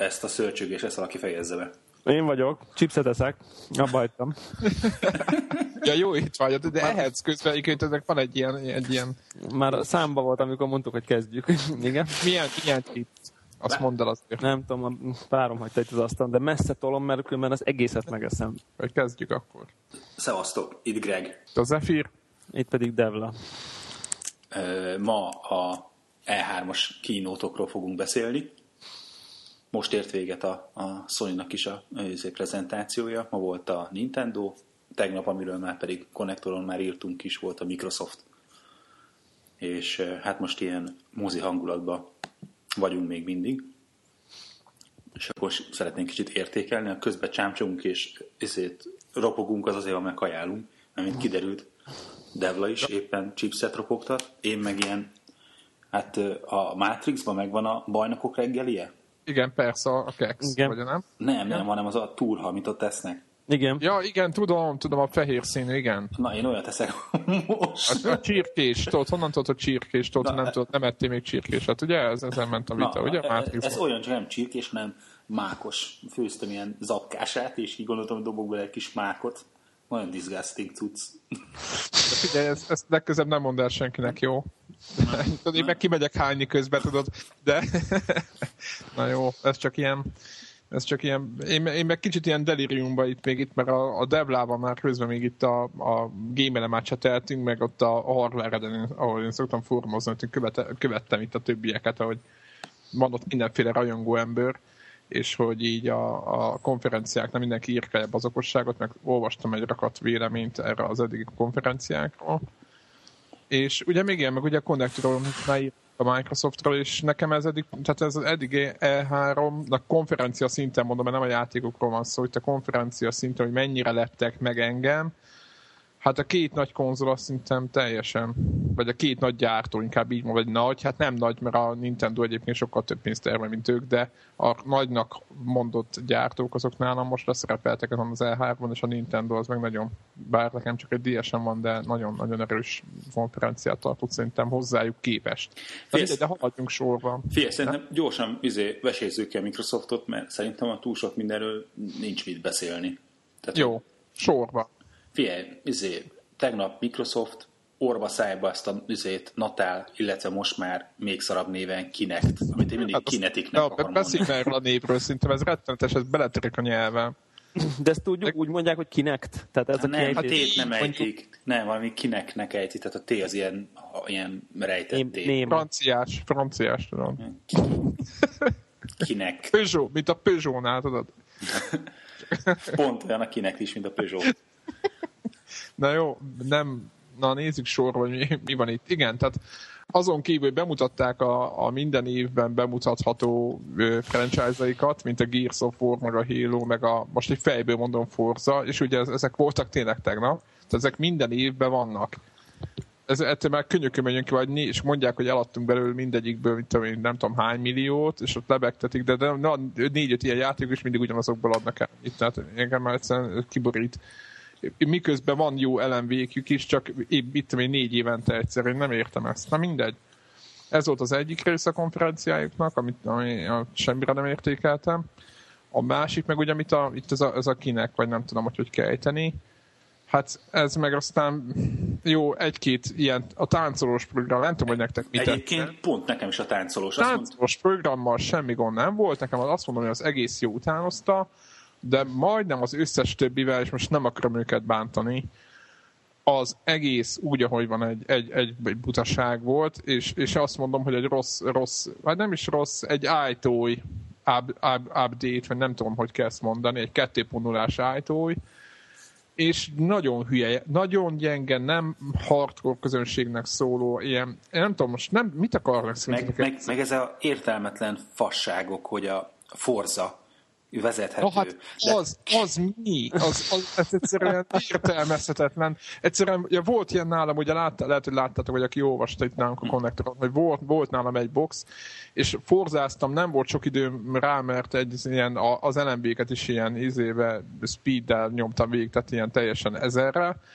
ezt a szörcsögést, ezt valaki fejezze be. Én vagyok, chipset eszek, abba hagytam. Ja, jó, itt vagy, de ehhez közben ezek van egy ilyen... Már számba volt, amikor mondtuk, hogy kezdjük. Igen. Milyen chips? Azt mondd el azért. Nem tudom, párom hagyta itt az asztalon, de messze tolom, mert különben az egészet megeszem. Hogy kezdjük akkor. Szevasztok, itt Greg. A Zephyr. Itt pedig Devla. Ma a E3-as kínótokról fogunk beszélni. Most ért véget a Sony-nak is a prezentációja. Ma volt a Nintendo, tegnap, amiről már pedig Konnektoron már írtunk is, volt a Microsoft. És hát most ilyen mozi hangulatban vagyunk még mindig. És akkor szeretnénk kicsit értékelni, a közben csámcsogunk és ropogunk, az azért, mert kajálunk, mert mint kiderült, Devla is éppen chipset ropogtat, én meg ilyen, hát a Matrixban megvan a bajnokok reggelie? Igen, persze, a keks, vagy nem? Nem, hanem az a turha, amit ott tesznek. Igen. Ja, igen, tudom, a fehér színű, igen. Na, én olyat eszek most. A csirkés, tudod, honnan tudod, hogy csirkés, tudod, nem ettél még csirkéset, ugye? Ezen ment a vita, ugye? Ez olyan, csak nem csirkés, hanem mákos. Főztem ilyen zapkását, és így gondoltam, hogy dobok bele egy kis mákot. Olyan disgusting cucc. De figyelj, ezt legközebb nem mondd el senkinek, jó? Tudod, én meg kimegyek hányni közben, tudod, de... Na jó, ez csak ilyen... Én meg kicsit ilyen deliriumban itt, mert a Devlában már közben még itt a Game-elemát cseteltünk, meg ott a Hardware-eden, ahol én szoktam formozni, hogy követtem itt a többieket, ahogy van ott mindenféle rajongó ember, és hogy így a konferenciáknál mindenki írkálja az okosságot, meg olvastam egy rakat véleményt erre az eddigi konferenciákról. És ugye még ilyen, meg ugye a Connectorról írt a Microsoftról, és nekem ez az eddig E3, a konferencia szinten mondom, mert nem a játékokról van szó, hogy a konferencia szinten, hogy mennyire leptek meg engem. Hát a két nagy konzol azt szerintem teljesen, vagy a két nagy gyártó, inkább így mondom, vagy nagy, hát nem nagy, mert a Nintendo egyébként sokkal több pénzt termel, mint ők, de a nagynak mondott gyártók azok nálam most leszerepeltek ezen az E3-on, és a Nintendo az meg nagyon, bár nekem csak egy DS-en van, de nagyon-nagyon erős konferenciát tartott szerintem hozzájuk képest. De haladjunk sorban. Figyelj, szerintem gyorsan vesézzük ki a Microsoftot, mert szerintem a túl sok mindenről nincs mit beszélni. Tehát, jó, sorban. Figyelj, tegnap Microsoft orva szájba ezt a Natal, illetve most már még szarabb néven Kinect, amit én mindig Kineticnek akar mondani. Beszélj erről a névről, szerintem ez rettenetes, ez beletörik a nyelven. De ezt tudjuk, úgy mondják, hogy Kinect? Tehát ez nem, a T-t nem ejtik. Nem, valami Kinectnek ejtik, tehát a T az ilyen rejtett T. Franciás, tudom. Kinect. Peugeot, mint a Peugeot-nál, tudod? Pont olyan a Kinect is, mint a Peugeot. Na jó, na nézzük sorba, hogy mi van itt. Igen, tehát azon kívül bemutatták a minden évben bemutatható franchise-aikat, mint a Gears of War, meg a Halo, meg most egy fejből mondom Forza, és ugye ezek voltak tényleg tegnap, tehát ezek minden évben vannak. Ettől már könnyökön megyünk ki, és mondják, hogy eladtunk belőle mindegyikből, nem tudom hány milliót, és ott lebegtetik, de 4-5 ilyen játék is mindig ugyanazokból adnak el. Itt, tehát engem már egyszerűen kiborít. Miközben van jó LMV-jük is, csak itt 4 évente egyszer, én nem értem ezt. Na mindegy. Ez volt az egyik rész a konferenciájuknak, ami semmire nem értékeltem. A másik meg ugye, itt ez a Kinect, vagy nem tudom, hogy kell ejteni. Hát ez meg aztán jó, egy-két ilyen, a táncolós program, nem tudom, hogy nektek mit egyébként pont nekem is a táncolós. Táncolós programmal semmi gond nem volt, nekem azt mondom, hogy az egész jó utánozta, de majdnem az összes többivel, és most nem akarom őket bántani, az egész úgy, ahogy van, egy butaság volt, és azt mondom, hogy egy rossz, vagy nem is rossz, egy iToy update, vagy nem tudom, hogy kell ezt mondani, egy 2.0-ás iToy, és nagyon hülye, nagyon gyenge, nem hardcore közönségnek szóló, ilyen, nem tudom, most mit akarnak szerintetek? Meg ez az értelmetlen fasságok, hogy a Forza vezethető. Hát az mi? Ez egyszerűen értelmezhetetlen. Egyszerűen ugye volt ilyen nálam, ugye lehet, hogy láttátok, vagy aki olvasta itt nálunk a Konnektoron, hogy volt nálam egy box, és forzáztam, nem volt sok időm rá, mert az LMB-ket is ilyen speeddel nyomtam végig, tehát ilyen teljesen 1000-rel,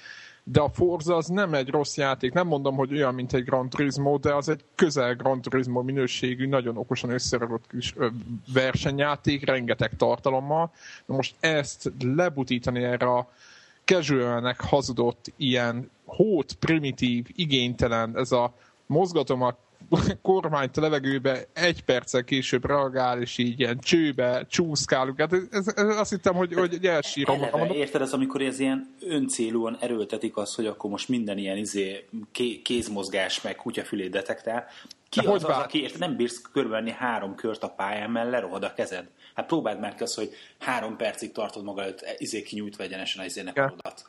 de a Forza az nem egy rossz játék. Nem mondom, hogy olyan, mint egy Gran Turismo, de az egy közel Gran Turismo minőségű, nagyon okosan összerakott kis versenyjáték, rengeteg tartalommal. Na most ezt lebutítani erre a casualnek hazudott, ilyen hót, primitív, igénytelen, ez a mozgatom a kormányt a levegőbe, 1 perccel később reagál, és így ilyen csőbe csúszkálunk. Hát ez azt hittem, hogy elsírom magam. Érted, az, amikor ez ilyen öncélúan erőltetik azt, hogy akkor most minden ilyen kézmozgás meg kutyafülét detektál. Ki az, aki érted, nem bírsz körbevenni 3 kört a pályán, mert lerohad a kezed. Hát próbáld már ki azt, hogy 3 percig tartod magad előtt kinyújtva egyenesen az karodat.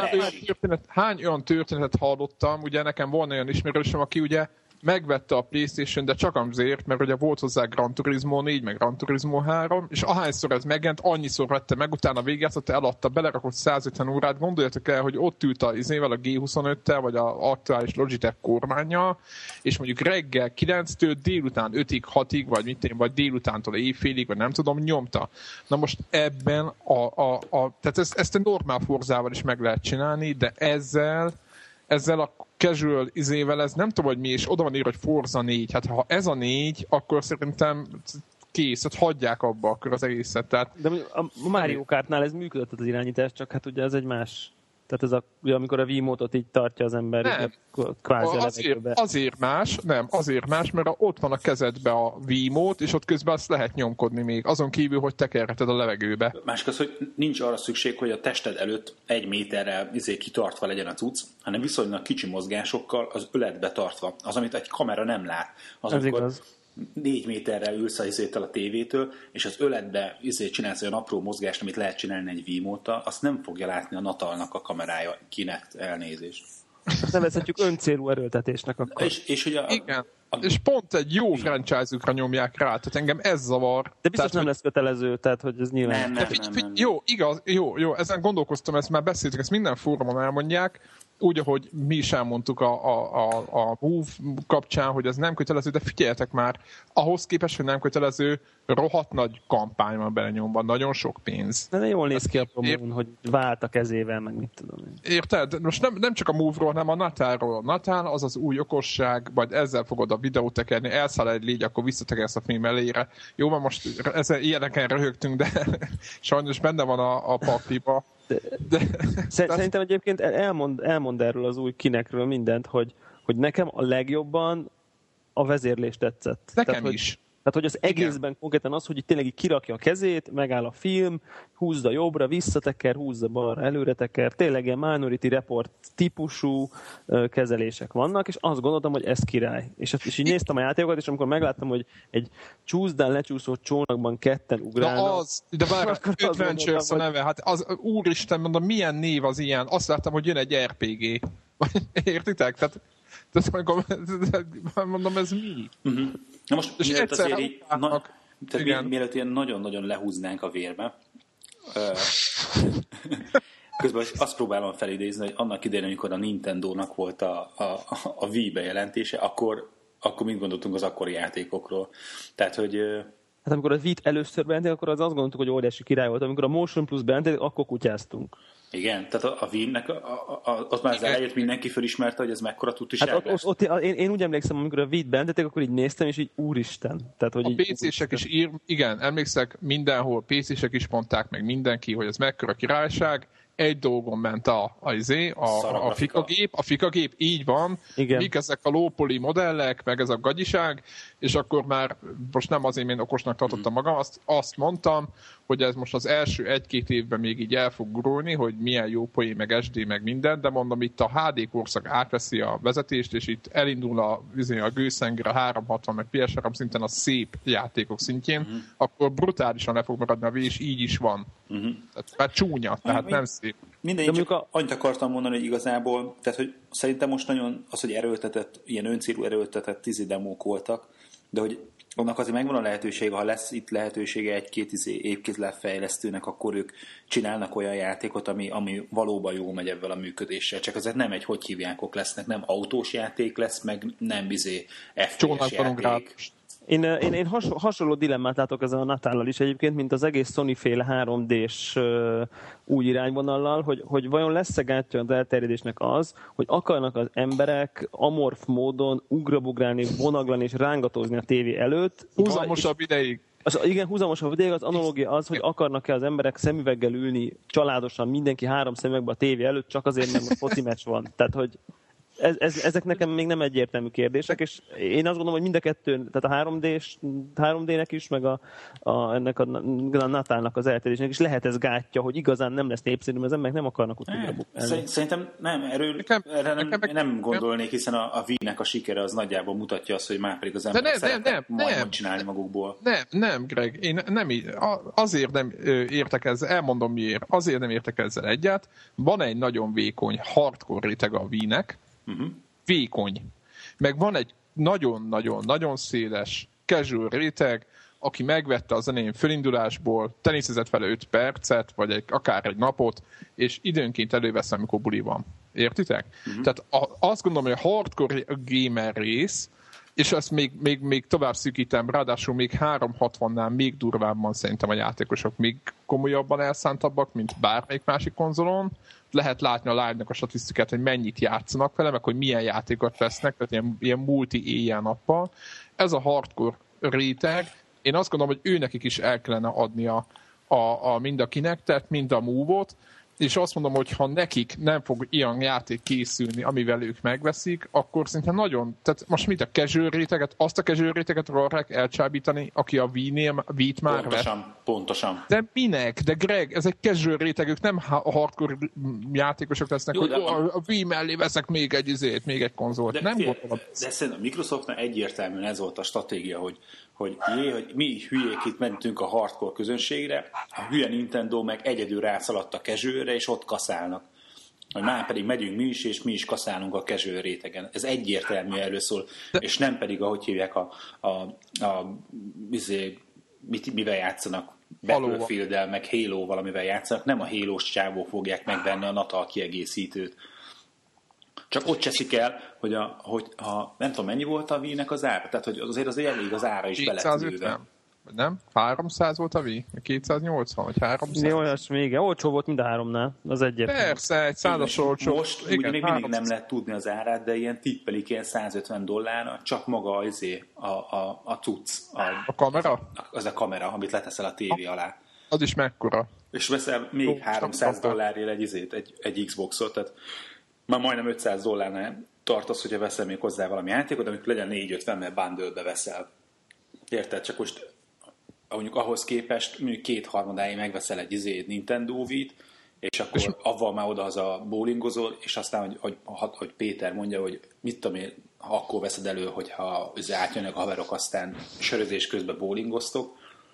Hány olyan történetet hallottam, ugye nekem volna olyan ismerősöm, aki ugye megvette a PlayStation, de csak azért, mert ugye volt hozzá Gran Turismo 4, meg Gran Turismo 3, és ahányszor ez megjelent, annyiszor vette meg, utána végezte, eladta, belerakott 150 órát, gondoljatok el, hogy ott ült a G25-tel, vagy az aktuális Logitech kormánnyal, és mondjuk reggel 9-től délután 5-ig, 6-ig, vagy délutántól éjfélig, vagy nem tudom, nyomta. Na most ebben tehát ezt a normál Forzával is meg lehet csinálni, de ezzel a casual izével ez nem tudom, hogy mi, és oda van írva, hogy Forza 4. Hát ha ez a 4, akkor szerintem kész, hogy hagyják abba akkor az egészet. Tehát... De a Mario Kartnál ez működött az irányítás, csak hát ugye ez egy más... Tehát ugye, amikor a Wiimote-ot így tartja az ember, nem. Kvázi levegőbe. Azért más, mert ott van a kezedbe a Wiimote, és ott közben azt lehet nyomkodni még, azon kívül, hogy tekerheted a levegőbe. Másik az, hogy nincs arra szükség, hogy a tested előtt 1 méterrel kitartva legyen a cucc, hanem viszonylag kicsi mozgásokkal az öletbe tartva. Az, amit egy kamera nem lát. Az, amikor igaz. 4 méterrel ülsz a tévétől, és az öletbe csinálsz olyan apró mozgást, amit lehet csinálni egy Wiimote-tal, azt nem fogja látni a Natalnak a kamerája, Kinect, elnézést. Nevezhetjük öncélú erőltetésnek akkor. Igen. És pont egy jó franchise-ukra nyomják rá, tehát engem ez zavar. De biztos nem lesz kötelező, tehát hogy ez nyilván... Nem. Jó, igaz, jó, ezen gondolkoztam, ezt már beszéltük, ezt minden fórumon elmondják, úgy, ahogy mi is elmondtuk a Move kapcsán, hogy ez nem kötelező, de figyeljetek már, ahhoz képest, hogy nem kötelező, rohadt nagy kampány van belenyomva, nagyon sok pénz. De jól néz ki a promón, hogy vált a kezével, meg mit tudom én. Érted? Most nem csak a Move-ról, hanem a Natalról. A Natal az az új okosság, majd ezzel fogod a videót tekerni, elszáll egy légy, akkor visszatekersz a film elére. Jó, mert most ilyeneken röhögtünk, de sajnos benne van a pakliba. Szerintem egyébként elmond erről az új Kinectről mindent, hogy nekem a legjobban a vezérlés tetszett. Nekem is. Tehát, hogy az egészben konkrétan az, hogy itt tényleg így kirakja a kezét, megáll a film, húzza jobbra, visszateker, húzza balra, előre teker, tényleg ilyen Minority Report típusú kezelések vannak, és azt gondoltam, hogy ez király. És így néztem a játékokat, és amikor megláttam, hogy egy csúszdán lecsúszó csónakban ketten ugrálnak... De várj, Adventures a neve, hát az úristen, mondom, milyen név az ilyen? Azt láttam, hogy jön egy RPG. Értitek? Tehát mondom, ez mi? Uh-huh. Na most, mielőtt azért így, mielőtt ilyen nagyon-nagyon lehúznánk a vérbe, közben azt próbálom felidézni, hogy annak idején, amikor a Nintendónak volt a Wii bejelentése, akkor mit gondoltunk az akkori játékokról. Tehát, hogy... Hát amikor a Wii-t először bejelentették, akkor azt gondoltuk, hogy óriási király volt. Amikor a Motion Plus bejelentették, akkor kutyáztunk. Igen, tehát a Wii-nek az már az elejét mindenki fölismerte, hogy ez mekkora tutiság lesz. Én úgy emlékszem, amikor a Wii-t bejelentették, akkor így néztem, és így úristen. Tehát, hogy a PC-sek is igen, emlékszek, mindenhol PC-sek is mondták meg mindenki, hogy ez mekkora királyság. Egy dolgon ment a fikagép, így van. Igen. Mik ezek a lópoli modellek, meg ez a gagyiság, és akkor már most nem azért, én okosnak tartottam magam, azt mondtam, hogy ez most az első 1-2 évben még így el fog gurulni, hogy milyen jó poén, meg SD, meg minden, de mondom, itt a HD korszak átveszi a vezetést, és itt elindul a gőzhenger, a 360, meg PS3 szinten a szép játékok szintjén, akkor brutálisan le fog maradni a Wii, és így is van. Tehát már csúnya, tehát nem szép. Minden, csak annyit akartam mondani, hogy igazából, tehát hogy szerintem most nagyon az, hogy ilyen öncélú erőltetett demók voltak, de hogy annak azért megvan a lehetősége, ha lesz itt lehetősége 1-2 évkézlábfejlesztőnek, akkor ők csinálnak olyan játékot, ami valóban jó megy ebben a működéssel. Csak azért nem hogy hívjákok lesznek, nem autós játék lesz, meg nem FPS játék. Én hasonló dilemmát látok ezen a Natállal is egyébként, mint az egész Sony-féle 3D-s új irányvonallal, hogy vajon lesz-e gátja az elterjedésnek az, hogy akarnak az emberek amorf módon ugrabugrálni, vonaglani és rángatózni a tévé előtt. Húzamosabb ideig. Igen, húzamosabb ideig az analógia az, hogy akarnak-e az emberek szemüveggel ülni családosan, mindenki 3 szemüvegbe a tévé előtt, csak azért, mert a foci meccs van. Tehát, hogy ezek nekem még nem egyértelmű kérdések, és én azt gondolom, hogy mind a kettő, tehát a 3D-nek is, meg ennek a Natálnak az elterjedésnek is lehet ez gátja, hogy igazán nem lesz népszerű, mert az emberek nem akarnak utána bukálni. Szerintem nem, erre nem gondolnék, hiszen a Wii-nek a sikere az nagyjából mutatja azt, hogy már pedig az emberek szeretnek majd csinálni magukból. Nem, Greg, én azért nem értek ezzel, elmondom miért, azért nem értek ezzel egyet. Van egy nagyon vékony hardcore réteg a Wii-nek, vékony. Meg van egy nagyon-nagyon-nagyon széles casual réteg, aki megvette a zenén fölindulásból, teniszezett vele 5 percet, vagy akár egy napot, és időnként elővesz, amikor buli van. Értitek? Tehát azt gondolom, hogy a hardcore gamer rész, és ezt még tovább szűkítem, ráadásul még 360-nál még durvábban szerintem a játékosok még komolyabban elszántabbak, mint bármelyik másik konzolon. Lehet látni a live-nak a statisztikát, hogy mennyit játszanak vele, meg hogy milyen játékot vesznek, tehát ilyen multi éjjel-nappal. Ez a hardcore réteg, én azt gondolom, hogy őnekik is el kellene adni mind a Kinectet, mind a Move-ot, és azt mondom, hogy ha nekik nem fog ilyen játék készülni, amivel ők megveszik, akkor szerintem nagyon, tehát most mit a casual réteget, azt a casual réteget akarják elcsábítani, aki a Wii-t már vett. Pontosan. De minek? De Greg, ez egy casual réteg, ők nem a hardcore játékosok lesznek, jó, hogy a Wii mellé veszek még egy konzolt. Nem gondolom. De szerintem a Microsoftnál egyértelműen ez volt a stratégia, hogy mi hülyék itt mentünk a hardcore közönségre, a hülye Nintendo meg egyedül rászaladt a casualre, és ott kaszálnak. Hogy már pedig megyünk mi is, és mi is kaszálunk a casual rétegen. Ez egyértelmű erről szól, és nem pedig, ahogy hívják mivel játszanak, Battlefield-el, meg Halo valamivel játszanak, nem a Halo-s csávók fogják megvenni a Natal kiegészítőt. Csak ott cseszik el, hogy nem tudom, mennyi volt a Wii-nek az ára? Tehát, hogy azért elég az ára is beletűve. Nem? 300 volt a Wii? 280 vagy 300? Olyasmi, igen. Olcsó volt mind a 3-nál. Az egyértelmű. Persze, egy 100-as olcsó. Most még mindig nem lehet tudni az árát, de ilyen tippelik ilyen $150, csak maga a cucc. A kamera? Az a kamera, amit leteszel a tévé alá. Az is mekkora. És veszel még $300 egy Xboxot, tehát már majdnem $500 tartasz, hogyha veszel még hozzá valami játékot, amikor legyen 450, mert bundle-be veszel. Érted? Csak most mondjuk ahhoz képest mondjuk 2/3 megveszel egy Nintendo Wii-t, és akkor avval már odahaza bowlingozol, és aztán, hogy Péter mondja, hogy mit tudom én, akkor veszed elő, hogyha átjönnek a haverok, aztán sörözés közben bowlingoztok.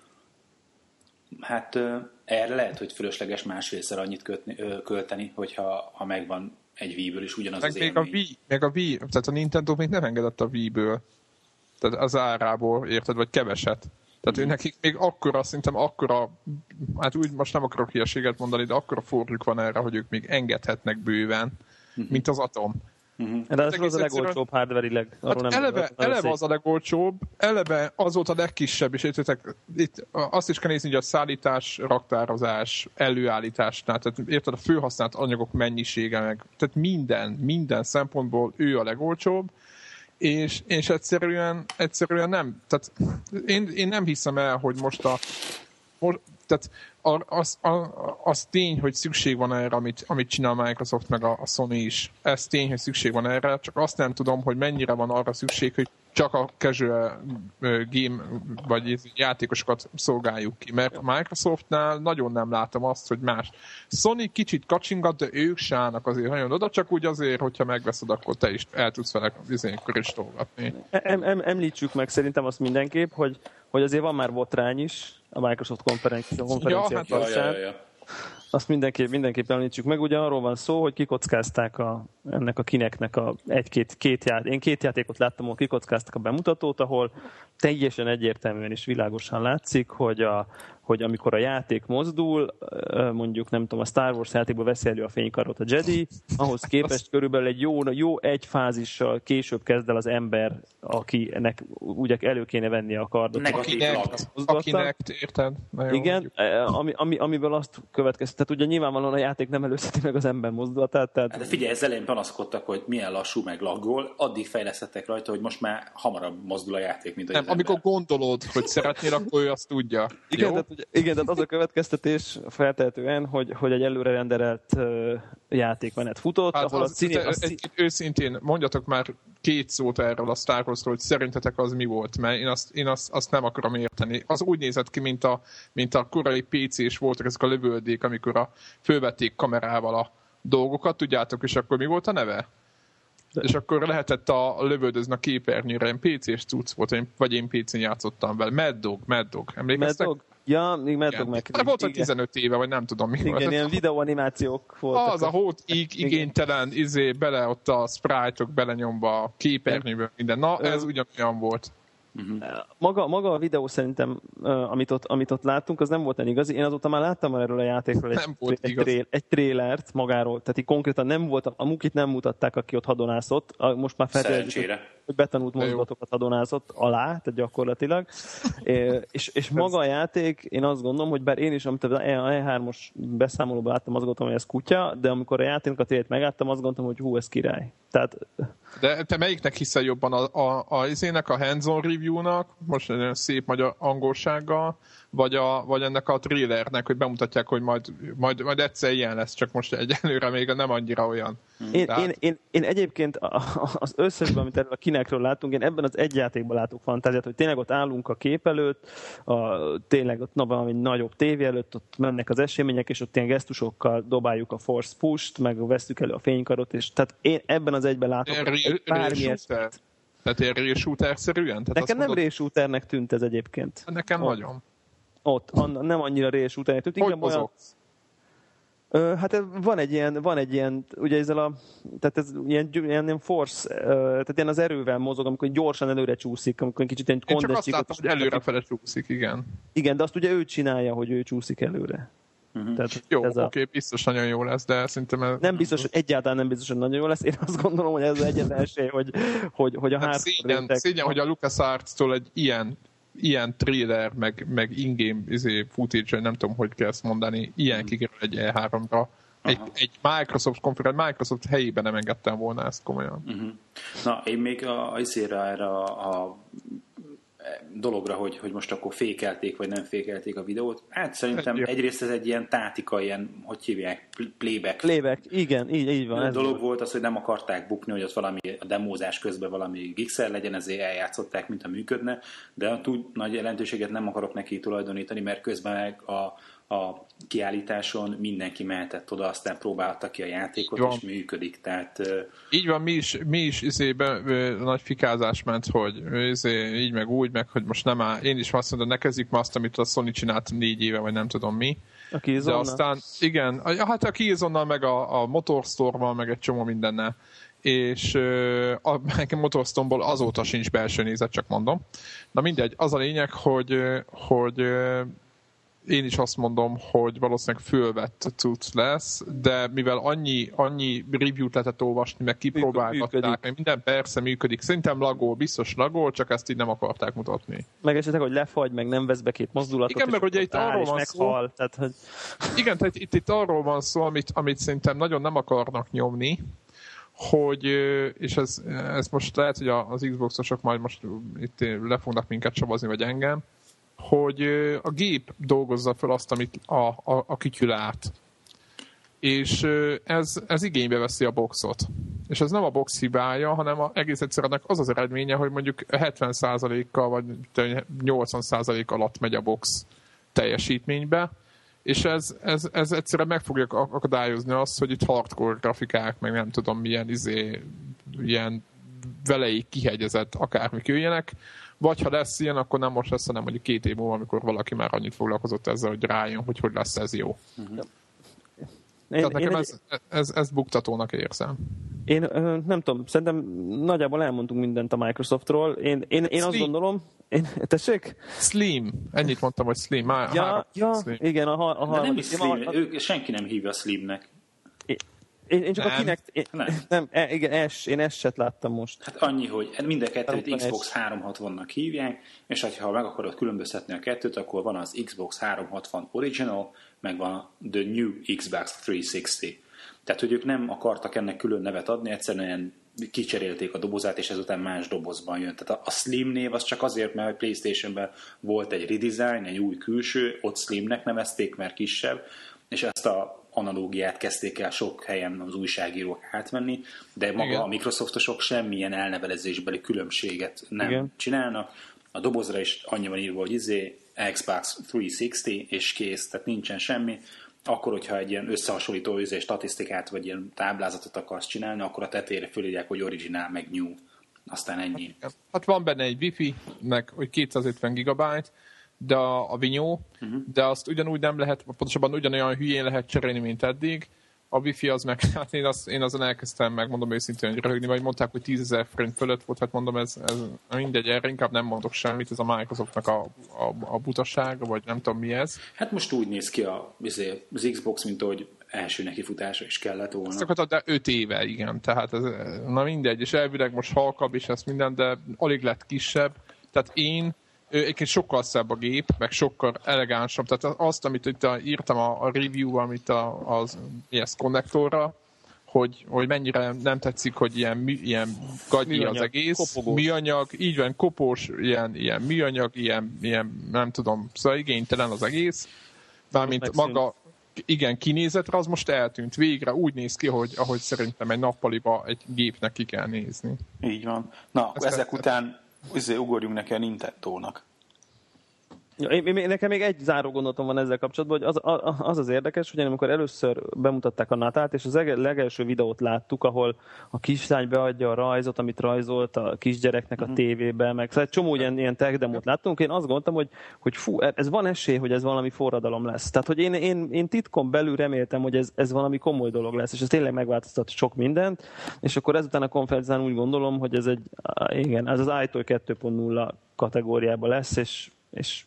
Hát erre lehet, hogy fölösleges másfélszer annyit költeni, hogyha megvan egy Wii-ből is ugyanaz az élmény. Meg a Wii, tehát a Nintendo még nem engedett a Wii-ből. Tehát az árából, érted, vagy keveset. Tehát őnekik még szerintem akkora, hát úgy most nem akarok hülyeséget mondani, de akkora forrjuk van erre, hogy ők még engedhetnek bőven, mint az Atom. De ez az a legolcsóbb hardware-ileg. Hát eleve az a legolcsóbb, eleve az volt a legkisebb, és itt azt is kell nézni, hogy a szállítás, raktározás, előállításnál, tehát érted, a főhasznált anyagok mennyisége meg, tehát minden szempontból ő a legolcsóbb, és egyszerűen nem, tehát én nem hiszem el, hogy tehát az tény, hogy szükség van erre, amit csinál Microsoft meg a Sony is. Ez tény, hogy szükség van erre, csak azt nem tudom, hogy mennyire van arra szükség, hogy csak a casual game vagy játékosokat szolgáljuk ki. Mert a Microsoftnál nagyon nem látom azt, hogy más. Sony kicsit kacsingat, de ők se állnak azért nagyon oda, csak úgy azért, hogyha megveszed, akkor te is el tudsz vele bizonykor is tolgatni. Említsük meg szerintem azt mindenképp, hogy azért van már botrány is a Microsoft konferencia kapcsán. Azt mindenképp említsük meg. Ugye arról van szó, hogy kikockázták ennek a Kinectnek én 2 játékot láttam, ahol kikockáztak a bemutatót, ahol teljesen egyértelműen és világosan látszik, hogy hogy amikor a játék mozdul, mondjuk nem tudom, a Star Wars játékban veszi elő a fénykarot a Jedi, ahhoz képest körülbelül egy jó egy fázissal később kezd el az ember, akinek ugye elő kéne venni a kardot. Akinek érted? Igen, amiből azt következtet, tehát ugye nyilvánvalóan a játék nem előzheti meg az ember mozdulatát. Tehát... De figyelj, ezzel elején panaszkodtak, hogy milyen lassú meg laggol, addig fejlesztettek rajta, hogy most már hamarabb mozdul a játék, mint a amikor gondolod, hogy szeretnél, akkor ő azt tudja. Igen, tehát az a következtetés feltehetően, hogy egy előre renderelt játékmenet futott, hát ahol őszintén mondjatok már 2 szót erről a Star Warsról, hogy szerintetek az mi volt, mert én azt nem akarom érteni. Az úgy nézett ki, mint a korai PC-s voltak ezek a lövöldék, amikor fölvették kamerával a dolgokat, tudjátok, és akkor mi volt a neve? És akkor lehetett lövöldözni a képernyőre, ilyen PC-s cucc volt, vagy én PC-n játszottam vele. Mad Dog, emlékeztek? Mad Dog? Ja, még Mad Dog meg. Volt 15 éve, vagy nem tudom mi volt. Igen, ilyen videóanimációk voltak. Az a hót igénytelen, bele ott a sprite-ok belenyomva a képernyőből minden. Na, ez ugyanolyan volt. Maga a videó szerintem, amit ott láttunk, az nem volt olyan igazi. Én azóta már láttam erről a játékról egy trélert magáról, tehát így konkrétan nem volt, a Mukit nem mutatták, aki ott hadonászott, most már feltétlenül, hogy betanult mozdulatokat hadonászott alá, tehát gyakorlatilag. és maga a játék, én azt gondolom, hogy bár én is, amit a E3-os beszámolóban láttam, azt gondoltam, hogy ez kutya, de amikor a játéknak a trélert megláttam, azt gondoltam, hogy hú, ez király. Tehát... De te melyiknek hiszel jobban? A hands-on review-nak, most egy szép magyar angolsággal, vagy ennek a trailernek, hogy bemutatják, hogy majd egyszer ilyen lesz, csak most egyelőre még nem annyira olyan. Én egyébként az összesben, amit erről a Kinectről látunk, én ebben az egy játékban látok fantáziát, hogy tényleg ott állunk a kép előtt, tényleg ott valami nagyobb tévé előtt, ott mennek az események, és ott ilyen gesztusokkal dobáljuk a force push-t, meg vesztük elő a fénykarot, és tehát én ebben az egyben látok bármilyen. Tehát ilyen rail shooter-szerűen? Nekem nem rail shooternek tűnt ez egyébként. Nekem nagyon. Ott, nem annyira rail shooternek tűnt. Hogy mozogsz? Hát van egy ilyen, ugye tehát ez ilyen force, tehát ilyen az erővel mozog, amikor gyorsan előre csúszik, amikor egy kicsit ilyen én csak azt látom, hogy előrefele csúszik, igen. Igen, de azt ugye ő csinálja, hogy ő csúszik előre. Tehát jó, oké, biztos nagyon jó lesz, de szerintem... Nem biztos, egyáltalán nem biztos, hogy nagyon jó lesz. Én azt gondolom, hogy ez az egyetlen esély, hogy a szégyen, hogy a LucasArts-tól egy ilyen trailer, meg in-game footage, nem tudom, hogy kell ezt mondani, ilyen kikerül egy E3-ra. Egy Microsoft konferencia, Microsoft helyében nem engedtem volna ezt komolyan. Na, én még erre a dologra, hogy most akkor fékelték, vagy nem fékelték a videót. Hát szerintem egyrészt ez egy ilyen tátika, ilyen, hogy hívják, playback. Playback, igen, így van. Dolog volt az, hogy nem akarták bukni, hogy ott valami a demózás közben valami gigszer legyen, ezért eljátszották, mint a működne, de túl nagy jelentőséget nem akarok neki tulajdonítani, mert közben a kiállításon mindenki mehetett oda, aztán próbálta ki a játékot, és működik. Tehát, így van, mi is nagy fikázás ment, hogy így meg úgy, meg hogy most nem áll. Én is azt mondom, ne kezdjük ma azt, amit a Sony csinált 4 éve, vagy nem tudom mi. De aztán, igen, hát a Killzone-nal, meg a Motorstore-val, meg egy csomó mindennel. És a Motorstone-ból azóta sincs belső nézet, csak mondom. Na mindegy, az a lényeg, hogy én is azt mondom, hogy valószínűleg fölvett cucc lesz, de mivel annyi review-t lehetett olvasni, meg kipróbálgatták, meg minden persze működik. Szerintem biztos lagol, csak ezt így nem akarták mutatni. Meg esetleg, hogy lefagy, meg nem vesz be két mozdulatot, igen, mert ugye itt arról van meghal, szó. Tehát, hogy... Igen, tehát itt arról van szó, amit szerintem nagyon nem akarnak nyomni, hogy, és ez most lehet, hogy az Xbox-osok majd most itt le fognak minket csavazni, vagy engem, hogy a gép dolgozza fel azt, amit a kütyű lát. És ez igénybe veszi a boxot. És ez nem a box hibája, hanem egész egyszerűen az az eredménye, hogy mondjuk 70%-kal vagy 80% alatt megy a box teljesítménybe, és ez egyszerűen meg fogja akadályozni azt, hogy itt hardcore grafikák, meg nem tudom milyen ilyen veleig kihegyezett akármik jöjjenek, vagy ha lesz ilyen, akkor nem most lesz, hanem mondjuk 2 év múlva, amikor valaki már annyit foglalkozott ezzel, hogy rájön, hogy lesz ez jó. Tehát nekem ez buktatónak érzem. Én nem tudom, szerintem nagyjából elmondtunk mindent a Microsoftról. Én azt gondolom... Tessék? Slim. Ennyit mondtam, hogy Slim. Slim. Igen, a de nem is Slim, senki nem hívja Slimnek. Én csak a Kinect... Igen, én S-et láttam most. Hát annyi, hogy mind a kettőt Xbox 360-nak hívják, és ha meg akarod különböztetni a kettőt, akkor van az Xbox 360 Original, meg van a The New Xbox 360. Tehát, hogy ők nem akartak ennek külön nevet adni, egyszerűen kicserélték a dobozát, és ezután más dobozban jön. Tehát a Slim név az csak azért, mert a PlayStation-ben volt egy redesign, egy új külső, ott Slimnek nevezték, mert kisebb, és ezt a analógiát kezdték el sok helyen az újságírók átvenni, de maga igen. A Microsoftosok semmilyen elnevelezésbeli különbséget nem csinálnak. A dobozra is annyi van írva, hogy Xbox 360, és kész, tehát nincsen semmi. Akkor, hogyha egy ilyen összehasonlító statisztikát, vagy ilyen táblázatot akarsz csinálni, akkor a tetejére fölírják, hogy originál, meg new. Aztán ennyi. Hát van benne egy Wi-Fi, meg hogy 250 gigabyte, de a vinyó, de azt ugyanúgy nem lehet, pontosabban ugyanolyan hülyén lehet cserélni, mint eddig. A Wi-Fi az meg, hát én azon elkezdtem meg, mondom őszintén, hogy röhögni, vagy mondták, hogy 10 000 forint fölött volt, hát mondom, ez mindegy, erre inkább nem mondok semmit, ez a Microsoftnak a butasága, vagy nem tudom mi ez. Hát most úgy néz ki az Xbox, mint ahogy első nekifutása is kellett volna. Ezt akartad, de 5 éve, igen, tehát ez, na mindegy, és elvileg most halkabb is ezt minden, de alig lett kisebb, tehát egyébként sokkal szebb a gép, meg sokkal elegánsabb. Tehát azt, amit itt írtam a review-ban, amit az ES Connectorra, hogy mennyire nem tetszik, hogy ilyen gagyi műanyag, az egész. Kopogós. Műanyag, így van, kopós, ilyen műanyag, ilyen nem tudom, szóval igénytelen az egész. Mármint maga, igen, kinézetre az most eltűnt. Végre úgy néz ki, ahogy szerintem egy nappaliba egy gépnek ki kell nézni. Így van. Na, ezek után ugorjunk neki a Nintendo-nak. Nekem még egy záró gondolatom van ezzel kapcsolatban, hogy az érdekes, hogy amikor először bemutatták a Natát, és az legelső videót láttuk, ahol a kislány beadja a rajzot, amit rajzolt a kisgyereknek a tévében, meg szóval egy csomó ilyen tech demót láttunk, én azt gondoltam, hogy fú, ez van esély, hogy ez valami forradalom lesz. Tehát, hogy én titkon belül reméltem, hogy ez valami komoly dolog lesz, és ez tényleg megváltoztat sok mindent, és akkor ezután a konferencián úgy gondolom, hogy ez ez az iToy 2.0 kategóriában lesz, és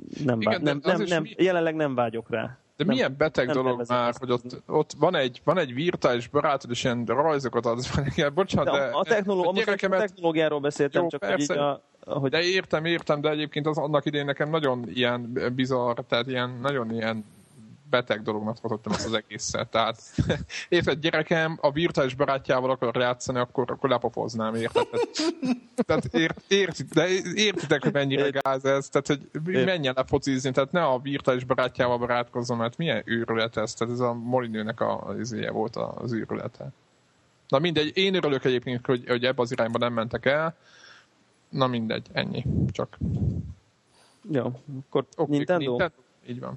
jelenleg nem vágyok rá. De nem, milyen beteg nem dolog már, hogy ott van egy virtuális barátod, és ilyen rajzokat ad. Bocsánat, de a technológiáról beszéltem, jó, csak persze, hogy de értem, de egyébként az annak idején nekem nagyon ilyen bizarr, tehát nagyon ilyen beteg dolognak tartottam azt az egészet. Tehát érted, gyerekem a virtuális barátjával akar játszani, akkor lepofoznám, érted? Tehát értitek, hogy mennyire gáz ez, tehát hogy menjen le focizni, tehát ne a virtuális barátjával barátkozzon, mert milyen őrület ez, tehát ez a Molinőnek az volt az őrülete. Na mindegy, én örülök egyébként, hogy ebbe az irányba nem mentek el, na mindegy, ennyi, csak. Jó, akkor Nintendo? Így van.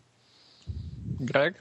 Greg?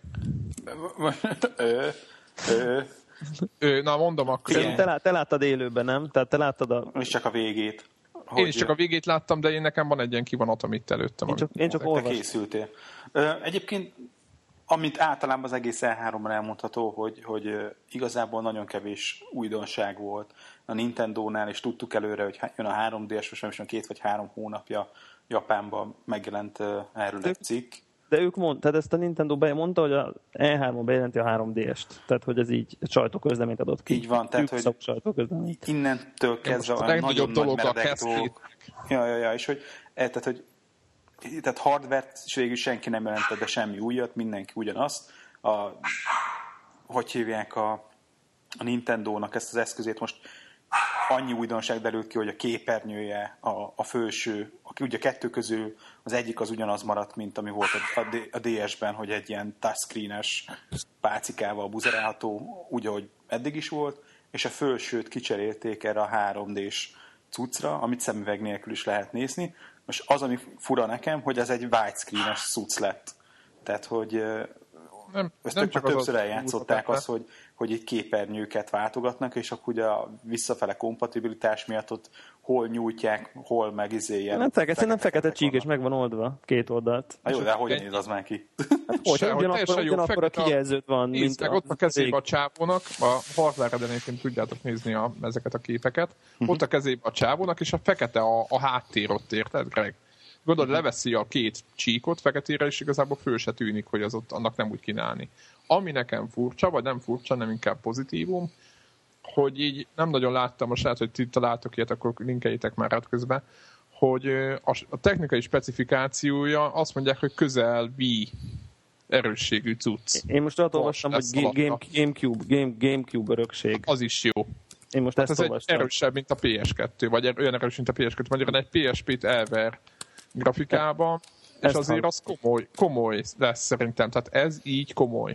Na, mondom akkor. Te láttad élőben, nem? Tehát te láttad És csak a végét. Én is csak a végét láttam, de nekem van egy ilyen kivonat, itt előttem. Én csak olvastam. Készültél. Egyébként, amit általában az egész E3-ban elmondható, hogy igazából nagyon kevés újdonság volt a Nintendónál, és tudtuk előre, hogy jön a 3DS, most nem is 2 vagy 3 hónapja Japánban megjelent erről egy cikk. De ők tehát ezt a Nintendo mondta, hogy a E3-on bejelenti a 3DS-t. Tehát, hogy ez így sajtóközleményt adott ki. Így van, tehát, hogy innentől kezdve olyan nagyon nagy meredek dolgok. Ja, és hogy tehát hardware-t végül senki nem jelentett, de semmi újat, mindenki ugyanazt. Hogy hívják a Nintendónak ezt az eszközét most annyi újdonság derült ki, hogy a képernyője, a felső, ugye a kettő közül az egyik az ugyanaz maradt, mint ami volt a DS-ben, hogy egy ilyen touchscreen-es pálcikával buzerálható, úgy, ahogy eddig is volt, és a felsőt kicserélték erre a 3D-s cuccra, amit szemüveg nélkül is lehet nézni. Most az, ami fura nekem, hogy ez egy widescreen-es cucc lett. Tehát, hogy nem csak többször eljátszották azt, hogy így képernyőket váltogatnak, és akkor ugye a visszafele kompatibilitás miatt ott hol nyújtják, hol meg ilyen. Nem fekete csík, és meg van oldva két oldalt. Jó, de hogyan néz az már ki? Ugyanakkor a kijelzőt van, mint meg ott a kezébe a csávónak, a Hardware-eden egyébként tudjátok nézni ezeket a képeket, ott a kezébe a csávónak, és a fekete a háttér ott, érted, Greg? Gondolod, leveszi a két csíkot feketére, és igazából föl se tűnik, hogy az ott annak nem úgy kínálni. Ami nekem furcsa, vagy nem furcsa, nem inkább pozitívum, hogy így nem nagyon láttam, most lehet, hogy ti találtok ilyet, akkor linkeljétek már át közben, hogy a technikai specifikációja azt mondják, hogy közel Wii erősségű cucc. Én most azt olvastam, hogy Gamecube örökség. Az is jó. Én most ezt olvastam. Erősebb, mint a PS2, vagy olyan erős, mint a PS2. Magyarán egy PSP-t elver grafikában, és azért az komoly lesz szerintem. Tehát ez így komoly.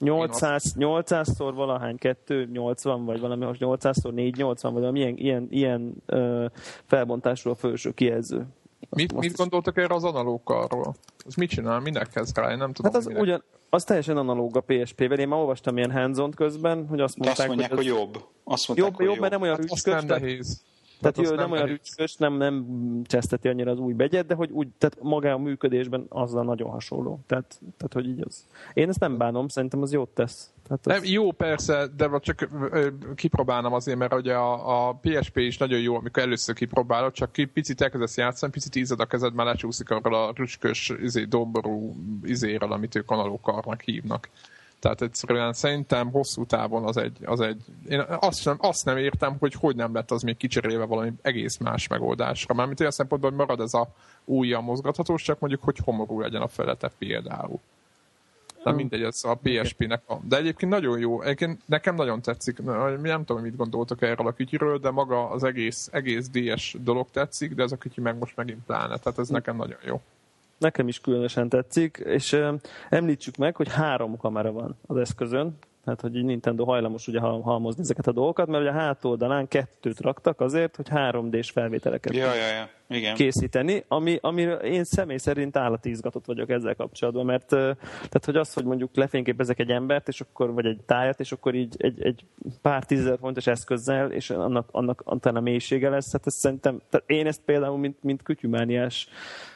800-szor valahány 280, vagy valami, most 800-szor 480, vagy valami ilyen felbontású a felső kijelző. Mit gondoltak erre az analógkarról? Az mit csinál? Minek kezd rá? Én nem tudom. Hát az teljesen analóg a PSP-vel. Én már olvastam ilyen hands-on közben, hogy azt mondták, hogy jobb. Jobb, mert nem olyan rücskös. Nem nehéz. Tehát nem olyan rücskös, nem cseszteti annyira az új begyet, de hogy úgy, tehát maga a működésben azzal nagyon hasonló. Tehát hogy így az. Én ezt nem bánom, szerintem az jót tesz. Nem, jó, persze, de csak kipróbálnám azért, mert ugye a PSP is nagyon jó, amikor először kipróbálod, csak picit elkezdesz játszani, picit ízed a kezed, már lecsúszik arról a rücskös domború izéről, amit ők analógkarnak hívnak. Tehát egyszerűen szerintem hosszú távon az egy én azt nem értem, hogy nem lett az még kicserélve valami egész más megoldásra. Mármint olyan szempontból, hogy marad ez a újján mozgathatós, csak mondjuk, hogy homorú legyen a felete például. De mindegy, ez a PSP-nek van. De egyébként nagyon jó. Egyébként nekem nagyon tetszik. Nem tudom, mit gondoltok erről a kütyűről, de maga az egész DS dolog tetszik, de ez a kütyű meg most megint pláne. Tehát ez nekem nagyon jó. Nekem is különösen tetszik, és említsük meg, hogy 3 kamera van az eszközön, tehát hogy Nintendo hajlamos ugye halmozni ezeket a dolgokat, mert ugye a hátoldalán 2 raktak azért, hogy 3D-s felvételeket igen. készíteni, amire én személy szerint állati izgatott vagyok ezzel kapcsolatban, mert tehát, hogy az, hogy mondjuk lefényképezek egy embert, és akkor, vagy egy tájat, és akkor így egy pár 10 000 forintos eszközzel, és annak a mélysége lesz, hát ez szerintem, tehát én ezt például, mint kütyümániás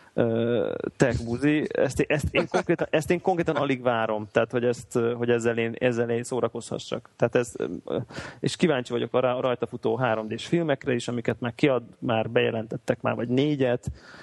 techbuzi, ezt én konkrétan alig várom, tehát hogy ezzel én szórakozhassak. Tehát és kíváncsi vagyok a rajta futó 3D-s filmekre is, amiket már bejelentettek már, vagy 4-et.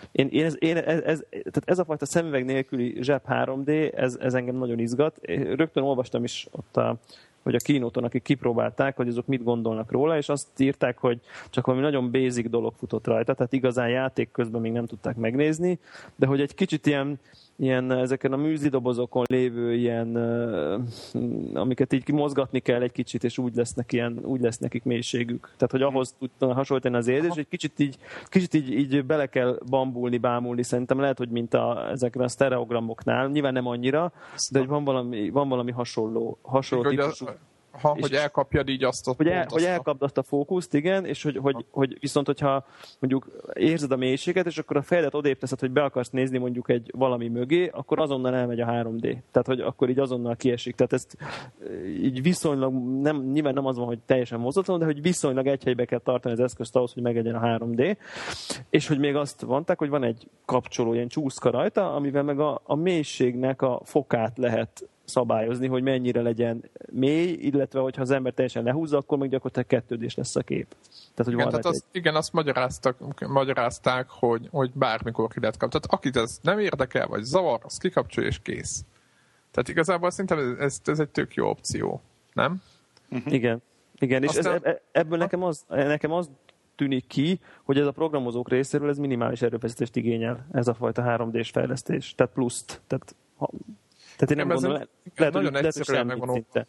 Tehát ez a fajta szemüveg nélküli zseb 3D, ez engem nagyon izgat. Rögtön olvastam is ott hogy a keynote-on, akik kipróbálták, hogy azok mit gondolnak róla, és azt írták, hogy csak valami nagyon basic dolog futott rajta, tehát igazán játék közben még nem tudták megnézni, de hogy egy kicsit ilyen ezeken a műzidobozokon lévő ilyen, amiket így mozgatni kell egy kicsit, és úgy lesz nekik mélységük. Tehát, hogy ahhoz tudna hasonlítani az érzés, egy kicsit így bele kell bámulni. Szerintem lehet, hogy mint ezekben a sztereogramoknál, nyilván nem annyira, de hogy van valami hasonló típusú. Hogy elkapjad így azt a hogy elkapd azt a fókuszt, igen, és hogy viszont, hogyha mondjuk érzed a mélységet, és akkor a fejedet odébb teszed, hogy be akarsz nézni mondjuk egy valami mögé, akkor azonnal elmegy a 3D. Tehát, hogy akkor így azonnal kiesik. Tehát ezt így viszonylag, nyilván nem az van, hogy teljesen mozgatlan, de hogy viszonylag egy helybe kell tartani az eszközt ahhoz, hogy meglegyen a 3D. És hogy még azt mondták, hogy van egy kapcsoló, ilyen csúszka rajta, amivel meg a mélységnek a fokát lehet szabályozni, hogy mennyire legyen mély, illetve hogyha az ember teljesen lehúzza, akkor meg gyakorlatilag 2D-s lesz a kép. Tehát, hogy azt magyarázták, hogy bármikor ki lehet kapni. Tehát akit ez nem érdekel, vagy zavar, azt kikapcsolja és kész. Tehát igazából szerintem ez egy tök jó opció, nem? Igen. És ebből nekem az tűnik ki, hogy ez a programozók részéről ez minimális erőfeszítést igényel, ez a fajta 3D-s fejlesztés. Tehát pluszt. Tehát én nem gondolom, nagyon egyszerűen megvan ott.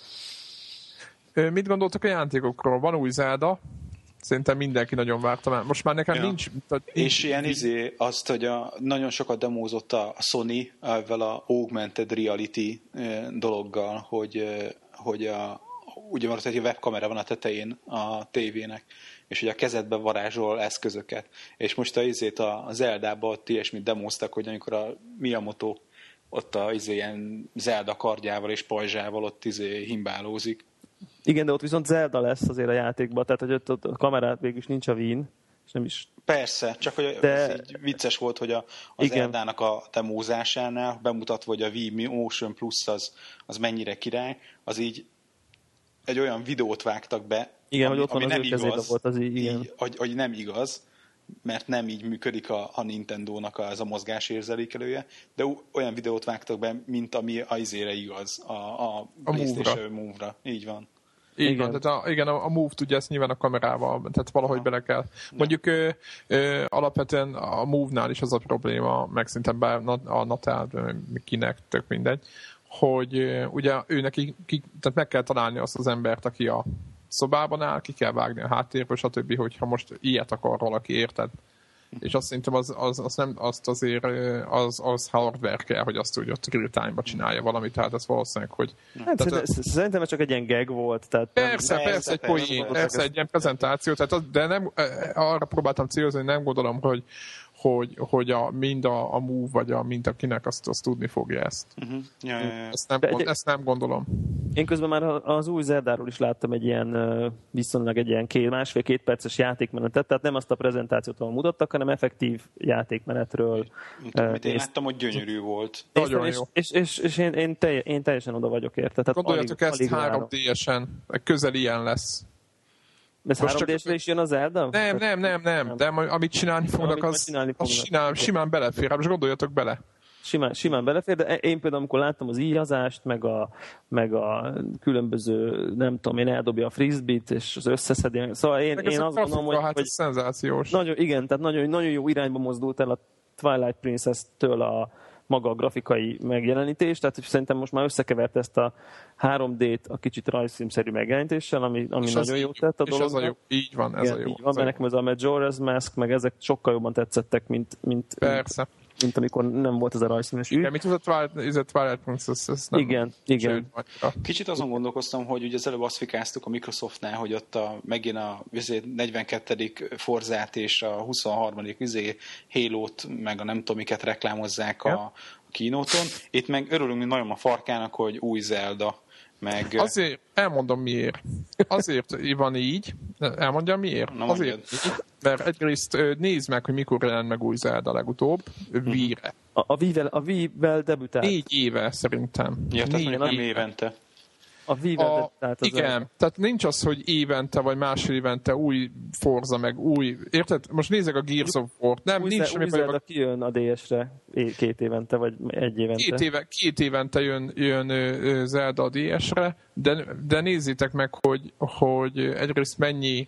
Mit gondoltok a játékokról? Van új Zelda, szerintem mindenki nagyon várta. Most már nekem nincs... És ilyen azt, hogy nagyon sokat demózott a Sony ezzel a augmented reality dologgal, hogy ugye van egy webkamera van a tetején a tévének, és ugye a kezedbe varázsol eszközöket. És most a Zelda-ba ott ilyesmit demóztak, hogy amikor a Miyamoto ott a ilyen Zelda kardjával és pajzsával ott himbálózik. Igen, de ott viszont Zelda lesz azért a játékban, tehát hogy ott a kamerát végülis nincs a Wii-n, és nem is... Persze, csak hogy ez így vicces volt, hogy a Zeldának a demózásánál bemutatva, hogy a Wii Motion Plus az mennyire király, az így egy olyan videót vágtak be, igen, ami, hogy ott van ami az nem igaz, volt az igen. hogy nem igaz, mert nem így működik a Nintendónak az a mozgásérzékelője, de olyan videót vágtak be, mint ami a izére igaz, a PlayStation Move-ra. Így van. Igen. Tehát a Move tudja ezt nyilván a kamerával, tehát valahogy bele kell. Mondjuk alapvetően a Move-nál is az a probléma, meg szerintem a Natal, kinek, tök mindegy, hogy ugye ő neki, tehát meg kell találni azt az embert, aki a szobában áll, ki kell vágni a háttérből, stb., hogyha most ilyet akar valaki, érted? És azt szerintem az hardware kell, hogy azt úgy ott real time-ba csinálja valamit, tehát ez valószínűleg, hogy... Hát szerintem ez csak egy ilyen gag volt. Tehát persze, egy poén, persze egy ilyen prezentáció, tehát de nem, arra próbáltam célozni, hogy nem gondolom, hogy mind a Move, vagy mind a kinek azt tudni fogja ezt. Ezt nem gondolom. Én közben már az új Zeldáról is láttam egy ilyen viszonylag egy ilyen másfél-két perces játékmenetet, tehát nem azt a prezentációt, ahol mutattak, hanem effektív játékmenetről. Amit én láttam, hogy gyönyörű volt. Nagyon jó. És én teljesen oda vagyok érte. Gondoljatok ezt 3D-esen, közel ilyen lesz. Ez 3D-sre is jön a Zelda? Nem. De amit csinálni fognak, az simán belefér. Most gondoljatok bele. Simán belefér, de én például, amikor láttam az íjazást, meg a különböző, nem tudom, én eldobja a frisbee-t, és az összeszedi. Szóval én azt gondolom, hogy szenzációs. Igen, tehát nagyon jó irányba mozdult el a Twilight Princess-től a maga a grafikai megjelenítés, tehát szerintem most már összekevert ezt a 3D-t a kicsit rajzfilmszerű megjelenítéssel, ami nagyon jó tett a dolognak. És ez a jó, így van, ez a jó. Így van, mert nekem ez a Majora's Mask, meg ezek sokkal jobban tetszettek, mint amikor nem volt ez a rajzfilmes ügy. Igen, mit az a Twilight Princess? Ez nem igen. Kicsit azon gondolkoztam, hogy ugye az előbb azt fikáztuk a Microsoftnál, hogy ott megint a 42. Forzát és a 23. Halo-t, meg a nem tudom miket reklámozzák a kínóton. Itt meg örülünk nagyon a farkának, hogy új Zelda. Meg... Azért, elmondom miért. Azért van így, elmondjam miért. Azért így, mert egyrészt nézd meg, hogy mikor jelent meg új Zelda legutóbb, Wii-re. A Wii-vel debütált. 4 éve szerintem. Ja, tehát mondjuk nem évente. A Wii-vel debütált az igen, Zelda. tehát nincs az, hogy évente vagy másfél évente új Forza, meg új... Érted? Most nézzek a Gears of War. Nem, új nincs semmi Zelda kijön a DS-re 2 évente, vagy 1 évente. 2 évente jön Zelda a DS-re, de nézzétek meg, hogy egyrészt mennyi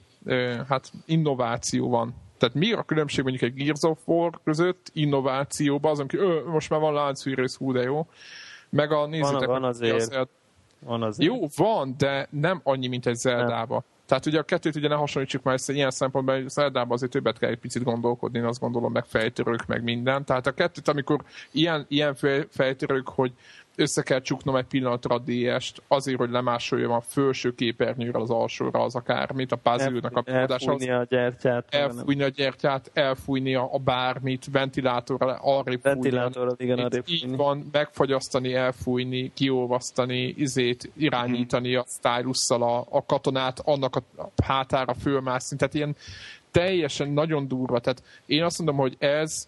innováció van. Tehát mi a különbség mondjuk egy Gears of War között innovációban, azon, hogy most már van láncfűrész, hú de jó. Meg nézzétek van azért. Jó, van, de nem annyi, mint egy Zeldába. Tehát ugye a kettőt ugye ne hasonlítsuk már össze, ilyen szempontból Zeldában azért többet kell egy picit gondolkodni, én azt gondolom, meg fejtörők, meg minden. Tehát a kettőt, amikor ilyen fejtörők, hogy össze kell csuknom egy pillanatra a DS-t, azért, hogy lemásoljon a felső képernyőről az alsóra az akármit, a puzzle-nak a elfújni a gyertyát. Elfújni a bármit, ventilátorral arrébb fújni. Így van, megfagyasztani, elfújni, kiolvasztani, irányítani a stylusszal a katonát, annak a hátára fölmászni. Tehát ilyen teljesen nagyon durva. Tehát én azt mondom, hogy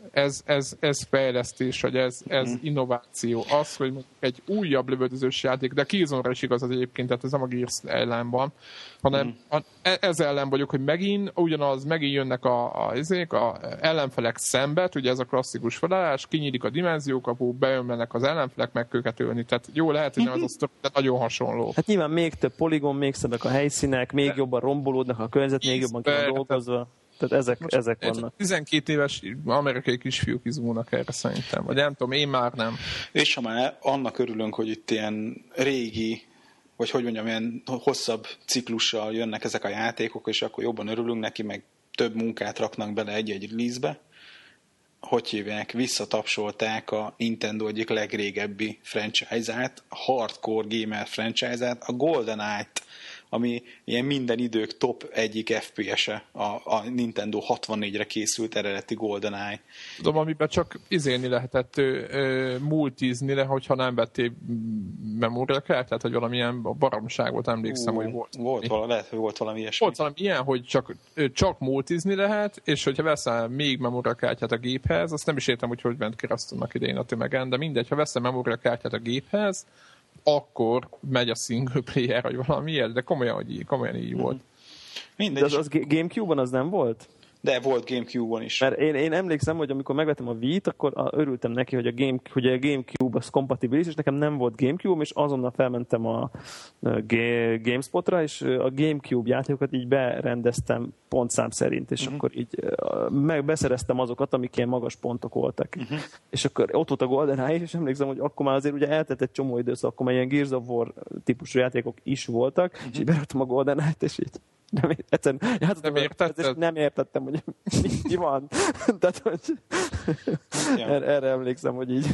ez fejlesztés, hogy ez innováció. Az, hogy egy újabb lövöldözős játék, de Killzone-ra is igaz az egyébként, tehát ez nem a Gears ellen van, hanem ez ellen vagyok, hogy megint jönnek a ellenfelek szembe, ugye ez a klasszikus felállás, kinyílik a dimenziókapu, bejönnek az ellenfelek, meg őket ölni. Tehát jó, lehet, hogy az a sztori, de nagyon hasonló. Hát nyilván még több poligon, még szebbek a helyszínek, még jobban rombolódnak a környezet, még jobban ki van dolgozva. Tehát ezek vannak. 12 éves amerikai kisfiúk izgulnak erre szerintem. Vagy nem tudom, én már nem. És ha már annak örülünk, hogy itt ilyen régi, vagy hogy mondjam, ilyen hosszabb ciklussal jönnek ezek a játékok, és akkor jobban örülünk neki, meg több munkát raknak bele egy-egy release-be. Hogy hívják? Visszatapsolták a Nintendo egyik legrégebbi franchise-át, hardcore gamer franchise-át, a GoldenEye-t, ami ilyen minden idők top egyik FPS-e, a Nintendo 64-re készült eredeti GoldenEye. Tudom, amiben csak izélni lehetett multizni le, hogyha nem vettél memóriakártyát, vagy valamilyen baromság volt, emlékszem, hogy volt. Lehet, hogy volt valami ilyesmi. Volt valami ilyen, hogy csak multizni lehet, és hogyha veszel még memóriakártyát a géphez, azt nem is értem, hogy ment keresztül annak idején a tömegen, de mindegy, ha veszel memóriakártyát a géphez, akkor megy a single player, vagy valami ilyet, de komolyan így volt. Mindegy. De az Gamecube-on az nem volt? De volt Gamecube-on is. Mert én emlékszem, hogy amikor megvettem a Wii-t, akkor örültem neki, hogy a Gamecube az kompatibilis, és nekem nem volt Gamecube, és azonnal felmentem a GameSpotra, és a Gamecube játékokat így berendeztem pontszám szerint, és akkor így beszereztem azokat, amik ilyen magas pontok voltak. És akkor ott volt a GoldenEye, és emlékszem, hogy akkor már azért ugye eltelt egy csomó időszak, akkor már ilyen Gears of War típusú játékok is voltak, és így beraktam a GoldenEye-t, és így nem értettem, hogy mi van. Tehát, hogy erre emlékszem, hogy így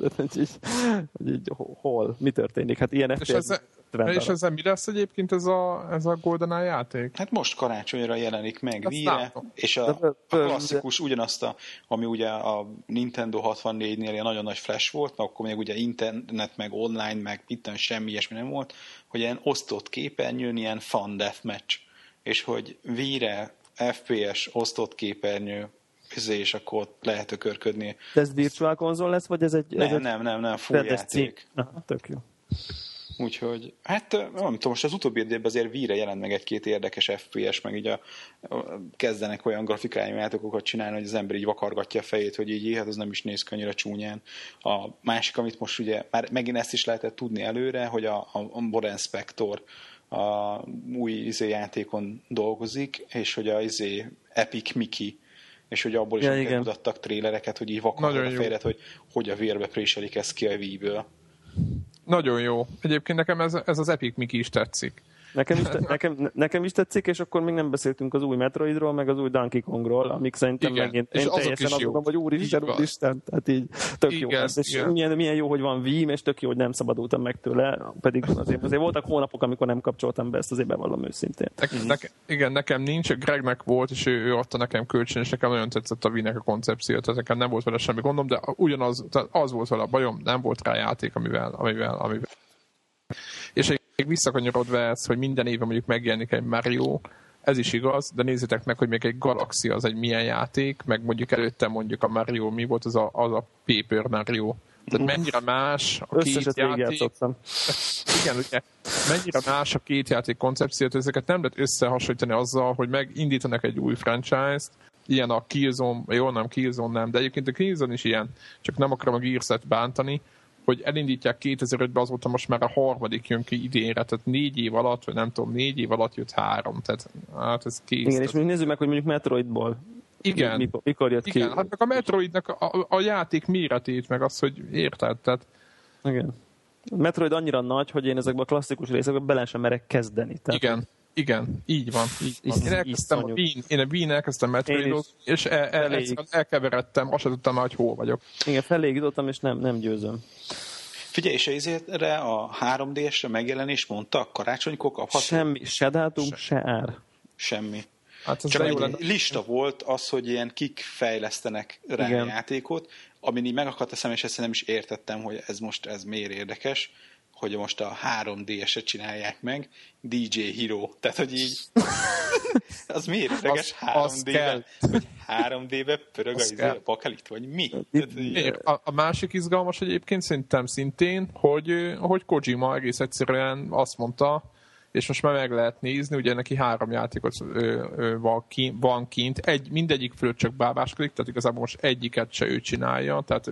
hol, mi történik. Hát ilyen FPS. És ezzel mi lesz egyébként ez a GoldenEye játék? Hát most karácsonyra jelenik meg Wii-re, és a klasszikus ugyanazt, ami ugye a Nintendo 64-nél ilyen nagyon nagy flash volt, mert akkor még ugye internet, meg online, meg itt semmi ilyesmi nem volt, hogy ilyen osztott képernyőn ilyen fun deathmatch, és hogy Wii-re FPS osztott képernyő, és akkor lehet tökörködni. De ez virtual konzol lesz, vagy ez egy... Nem, full játék. Tök jó. Úgyhogy, hát nem tudom, most az utóbbi időben azért Wii-re jelent meg egy-két érdekes FPS, meg így kezdenek olyan grafikájú játékokat csinálni, hogy az ember így vakargatja a fejét, hogy így hát az nem is néz ki annyira csúnyán. A másik, amit most ugye, már megint ezt is lehetett tudni előre, hogy a Boren Spector a új játékon dolgozik, és hogy a Epic Mickey, és hogy abból is mutattak trélereket, hogy így vakargat a fejedet, hogy a vérbe préselik ezt ki a Wii-ből. Nagyon jó. Egyébként nekem ez az Epic Mickey is tetszik. Nekem is tetszik, és akkor még nem beszéltünk az új Metroidról, meg az új Donkey Kongról, amik szerintem megint én teljesen azt mondom, hogy úristen, tehát így tök jó. És milyen jó, hogy van Wii, és tök jó, hogy nem szabadultam meg tőle, pedig azért voltak hónapok, amikor nem kapcsoltam be, ezt azért bevallom őszintén. Nekem nincs, Gregnek volt, és ő adta nekem kölcsön, és nekem nagyon tetszett a Wii-nek a koncepció, tehát nekem nem volt vele semmi gondom, de ugyanaz, az volt vele a bajom, nem volt rá játék, amivel. És még visszakanyarodva ez, hogy minden évben mondjuk megjelenik egy Mario, ez is igaz, de nézzétek meg, hogy még egy Galaxy az egy milyen játék, meg mondjuk előtte mondjuk a Mario, mi volt az a Paper Mario. Tehát mennyire más a két játék. Igen, ugye, mennyire más a két játék koncepciót, ezeket nem lehet összehasonlítani azzal, hogy megindítanak egy új franchise-t, ilyen a Killzone, jó, nem Killzone nem, de egyébként a Killzone is ilyen, csak nem akarom a Gears-et bántani, hogy elindítják 2005-ben, azóta most már a harmadik jön ki idénre, tehát 4 év alatt, vagy nem tudom, 4 év alatt jött 3, tehát hát ez kész. Igen, és nézzük meg, hogy mondjuk Metroidból mikor jött ki. Igen, hát meg a Metroidnak a játék méretét, meg az, hogy érted, tehát... Igen. A Metroid annyira nagy, hogy én ezekben a klasszikus részekben bele sem merek kezdeni. Tehát... Igen, így van. Én a Wii-n elkezdtem Metroidot, és elkeveredtem, azt sem tudtam már, hogy hol vagyok. Igen, felégítottam, és nem győzöm. Figyelj, és ezért a 3D-esre megjelenés mondtak, karácsonykor kapható? Semmi, se dátum, se ár. Semmi. Hát csak egy lista volt az, hogy ilyen kik fejlesztenek rá a játékot, amin így megakadt a szem, és ezt nem is értettem, hogy ez miért érdekes, hogy most a 3D-eset csinálják meg, DJ Hero. Tehát, hogy így... az miért érdekes 3D-be? Hogy 3D-be pörög a bakalit, vagy mi? A másik izgalmas egyébként szerintem szintén, hogy Kojima egész egyszerűen azt mondta, és most már meg lehet nézni, ugye neki 3 játékot van kint, mindegyik fölött csak bábáskodik, tehát igazából most egyiket se ő csinálja, tehát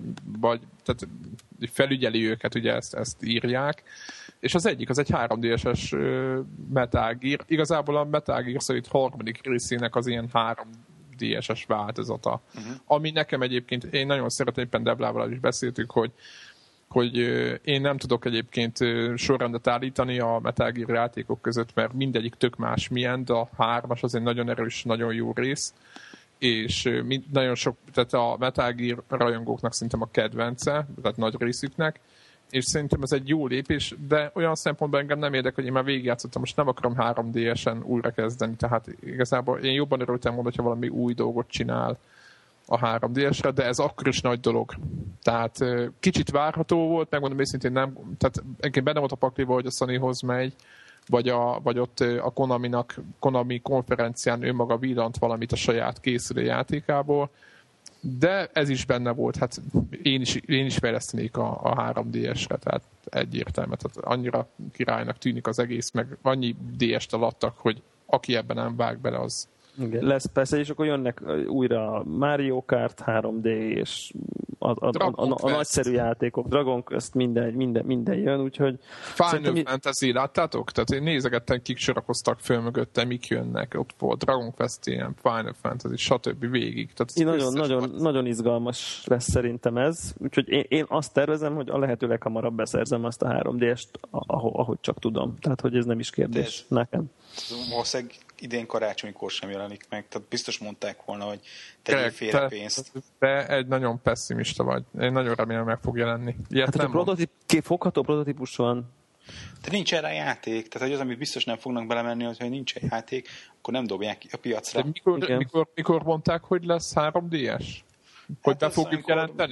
felügyeli őket, ugye ezt írják, és az egyik, az egy 3D-es Metal Gear, igazából a Metal Gear szerint harmadik részének az ilyen 3D-es változata, ami nekem egyébként, én nagyon szeretem, éppen Deblával is beszéltük, hogy én nem tudok egyébként sorrendet állítani a Metal Gear játékok között, mert mindegyik tök más milyen, de a 3-as az egy nagyon erős, nagyon jó rész, és nagyon sok, tehát a Metal Gear rajongóknak szerintem a kedvence, tehát nagy részüknek, és szerintem ez egy jó lépés, de olyan szempontból engem nem érdekel, hogy én már végigjátszottam, most nem akarom 3DS-en újra kezdeni, tehát igazából én jobban örültem volna, hogyha valami új dolgot csinál a 3DS-re, de ez akkor is nagy dolog. Tehát kicsit várható volt, megmondom őszintén nem, tehát engem benne volt a pakliba, hogy a Sonyhoz megy, vagy ott a Konami konferencián önmaga villant valamit a saját készülő játékából, de ez is benne volt, hát én is fejlesztenék a 3DS-re, tehát egyértelmű, tehát annyira királynak tűnik az egész, meg annyi DS-t adtak, hogy aki ebben nem vág bele, az... Igen, lesz persze, és akkor jönnek újra Mario Kart 3D, és a nagyszerű játékok, Dragon Quest, minden jön, úgyhogy... Final Fantasy, láttátok? Tehát én nézegettem, kik sorakoztak föl mögötte, mik jönnek, ott volt Dragon Quest, ilyen Final Fantasy, stb. Végig. Nagyon izgalmas lesz szerintem ez, úgyhogy én azt tervezem, hogy a lehető leghamarabb beszerzem azt a 3D-st, ahogy csak tudom. Tehát, hogy ez nem is kérdés nekem. Valószínűleg idén karácsonykor sem jelenik meg, tehát biztos mondták volna, hogy tegyél félre pénzt. Te egy nagyon pessimista vagy. Én nagyon remélem, meg fog jelenni. Ilyet hát fogható prototípus van. De nincs erre játék, tehát az, amit biztos nem fognak belemenni, hogyha nincs egy játék, akkor nem dobják a piacra. De mikor mondták, hogy lesz 3DS? Hogy hát be fogjuk jelenteni?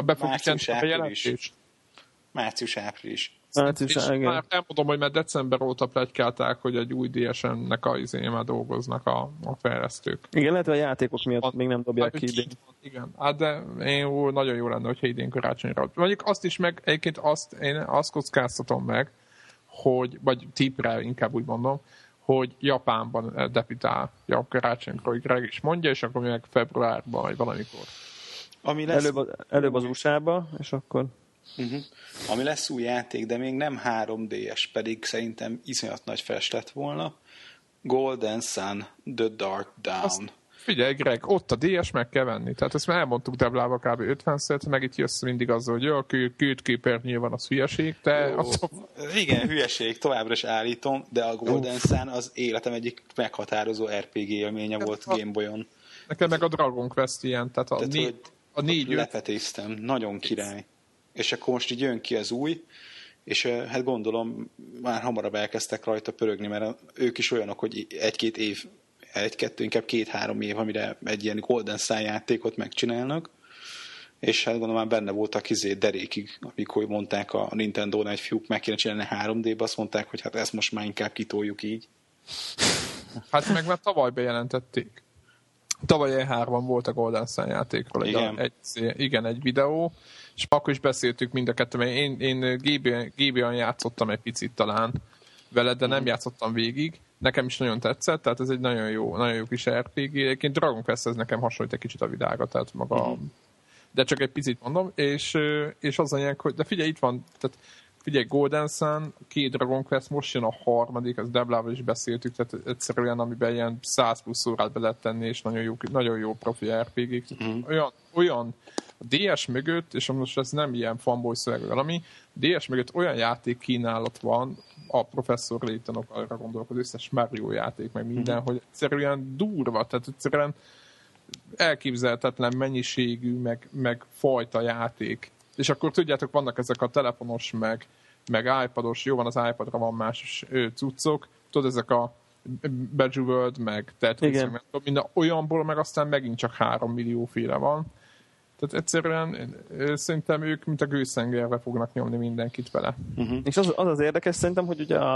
Március-április. Már nem mondom, hogy mert december óta pletykálták, hogy egy új DSM-nek már dolgoznak a fejlesztők. Igen, lehet, hogy a játékok miatt még nem dobják ki idén. Igen, hát de nagyon jó lenne, hogyha idén karácsonyra. Mondjuk azt is meg, egyébként én azt kockáztatom meg, hogy, vagy tippre inkább úgy mondom, hogy Japánban debütál a karácsonykor, hogy Greg is mondja, és akkor meg februárban, vagy valamikor. Ami lesz... Előbb az USA-ba, és akkor... Ami lesz új játék, de még nem 3DS, pedig szerintem iszonyat nagy fest lett volna. Golden Sun, The Dark Dawn. Figyelj, Greg, ott a DS meg kell venni. Tehát ezt már elmondtuk Deblába kb. 50-szer, meg itt jössz mindig azzal, hogy a képernyő van, az hülyeség, de... Igen, hülyeség, továbbra is állítom, de a Golden Sun az életem egyik meghatározó RPG élménye volt Game Boy-on. Nekem meg a Dragon Quest ilyen, tehát a 4-5... Lepetéztem, nagyon király. És akkor most így jön ki az új, és hát gondolom már hamarabb elkezdtek rajta pörögni, mert ők is olyanok, hogy inkább 2-3 év, amire egy ilyen Golden Sun játékot megcsinálnak, és hát gondolom már benne voltak derékig, amikor mondták a Nintendo-n egy fiúk meg kéne csinálni 3D-be, azt mondták, hogy hát ezt most már inkább kitoljuk így. Hát meg már tavaly bejelentették. Tavaly E3-ban volt a Golden Sun játékról egy videó, és akkor is beszéltük mind a kettő, mert én GB-on játszottam egy picit talán veled, de nem játszottam végig. Nekem is nagyon tetszett, tehát ez egy nagyon jó kis RPG. Egyébként Dragon Quest ez nekem hasonlít egy kicsit a világa, tehát maga... De csak egy picit mondom, és az anyag, hogy... De figyelj, itt van, tehát figyelj, Golden Sun, 2 Dragon Quest, most jön a 3, ezt Deblával is beszéltük, tehát egyszerűen, amiben ilyen 100 plusz órát be lehet tenni, és nagyon jó profi RPG-k. Olyan a DS mögött, és most ez nem ilyen fanboy szöveg valami, DS mögött olyan játék kínálat van, a Professor Laytonok arra gondolok, az összes Mario játék, meg minden, hogy egyszerűen durva, tehát egyszerűen elképzelhetetlen mennyiségű, meg fajta játék. És akkor tudjátok, vannak ezek a telefonos, meg iPados, jó van, az iPadra van más cuccok, tudod, ezek a Bejeweled, meg Tetris, meg minden olyanból, meg aztán megint csak 3 millió féle van. Tehát egyszerűen szerintem ők, mint a gőzhengerbe fognak nyomni mindenkit vele. És az érdekes szerintem, hogy ugye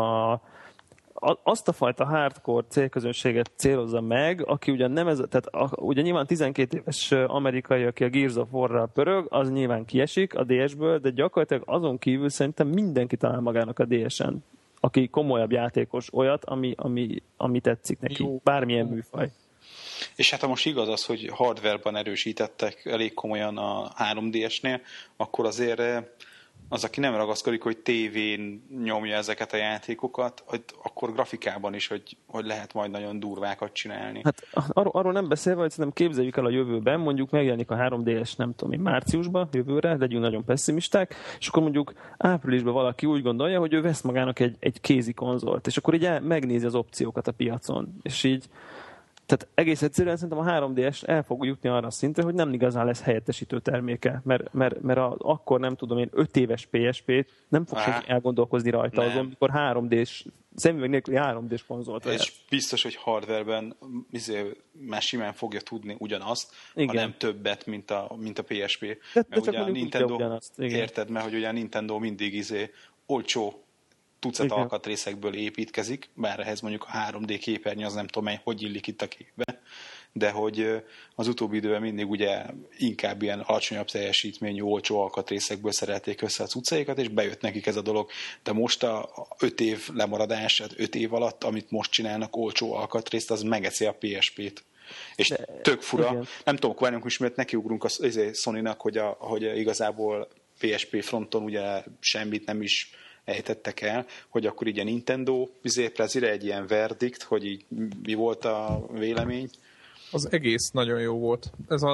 azt a fajta hardcore célközönséget célozza meg, aki ugyan nem ez, tehát ugye nyilván 12 éves amerikai, aki a Gears of War-ral pörög, az nyilván kiesik a DS-ből, de gyakorlatilag azon kívül szerintem mindenki talál magának a DS-en, aki komolyabb játékos, olyat, ami tetszik neki, bármilyen műfaj. És hát ha most igaz az, hogy hardware-ban erősítettek elég komolyan a 3DS-nél, akkor azért az, aki nem ragaszkodik, hogy tévén nyomja ezeket a játékokat, akkor grafikában is, hogy lehet majd nagyon durvákat csinálni. Hát arról nem beszélve, hogy szerintem képzeljük el a jövőben, mondjuk megjelenik a 3DS, nem tudom, márciusban, jövőre, legyünk nagyon pessimisták, és akkor mondjuk áprilisban valaki úgy gondolja, hogy ő vesz magának egy kézi konzolt, és akkor így megnézi az opciókat a piacon, és így Tehát egész egyszerűen szerintem a 3DS el fog jutni arra a szintre, hogy nem igazán lesz helyettesítő terméke, mert akkor nem tudom én 5 éves PSP-t nem fog senki elgondolkozni rajta azon, mikor 3D-s, szemüveg nélküli 3D-s konzolt vehet. És biztos, hogy hardwareben már simán fogja tudni ugyanazt, ha nem többet, mint a PSP. De mert csak ugye a Nintendo, érted, mert hogy ugye a Nintendo mindig olcsó tucat alkatrészekből építkezik, bár ehhez mondjuk a 3D képernyő az nem tudom, hogy illik itt a képbe, de hogy az utóbbi időben mindig ugye inkább ilyen alacsonyabb teljesítményű, olcsó alkatrészekből szerelték össze a cuccaikat, és bejött nekik ez a dolog. De most a 5 év lemaradás, 5 év alatt, amit most csinálnak olcsó alkatrészt, az megeszi a PSP-t. És tök fura. Igen. Nem tudom, várjunk is, mert nekiugrunk a Sony-nak, hogy igazából PSP fronton ugye semmit nem is ejtettek el, hogy akkor így a Nintendo prezire egy ilyen verdikt, hogy így mi volt a vélemény. Az egész nagyon jó volt.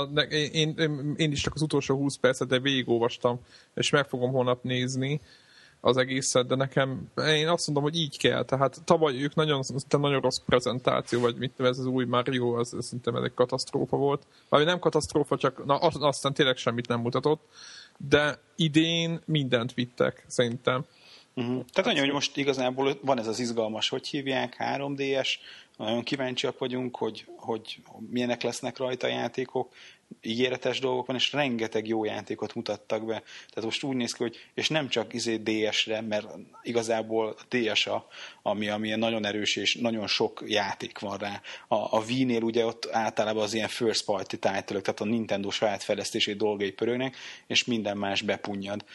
Én is csak az utolsó 20 percet, de végigolvastam, és meg fogom holnap nézni az egészet, de nekem, én azt mondom, hogy így kell. Tehát tavaly ők nagyon rossz prezentáció, vagy mit ez az új Mario, az szerintem ez egy katasztrófa volt. Vagy nem katasztrófa, csak aztán tényleg semmit nem mutatott, de idén mindent vittek, szerintem. Tehát annyi, hogy most igazából van ez az izgalmas, hogy hívják, 3DS, nagyon kíváncsiak vagyunk, hogy milyenek lesznek rajta a játékok, ígéretes dolgok van, és rengeteg jó játékot mutattak be. Tehát most úgy néz ki, hogy és nem csak DS-re, mert igazából a DS ami nagyon erős, és nagyon sok játék van rá. A Wii-nél ugye ott általában az ilyen first party title-ök, tehát a Nintendo saját fejlesztési dolgai pörögnek, és minden más bepunnyad.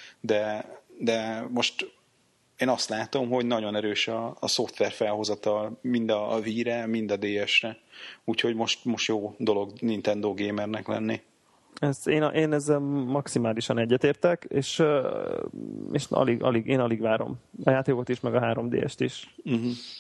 De most én azt látom, hogy nagyon erős a szoftver felhozatal mind a Wii-re, mind a DS-re. Úgyhogy most jó dolog Nintendo gamernek lenni. Én ezzel maximálisan egyetértek, és én alig várom a játékot is, meg a 3DS-t is.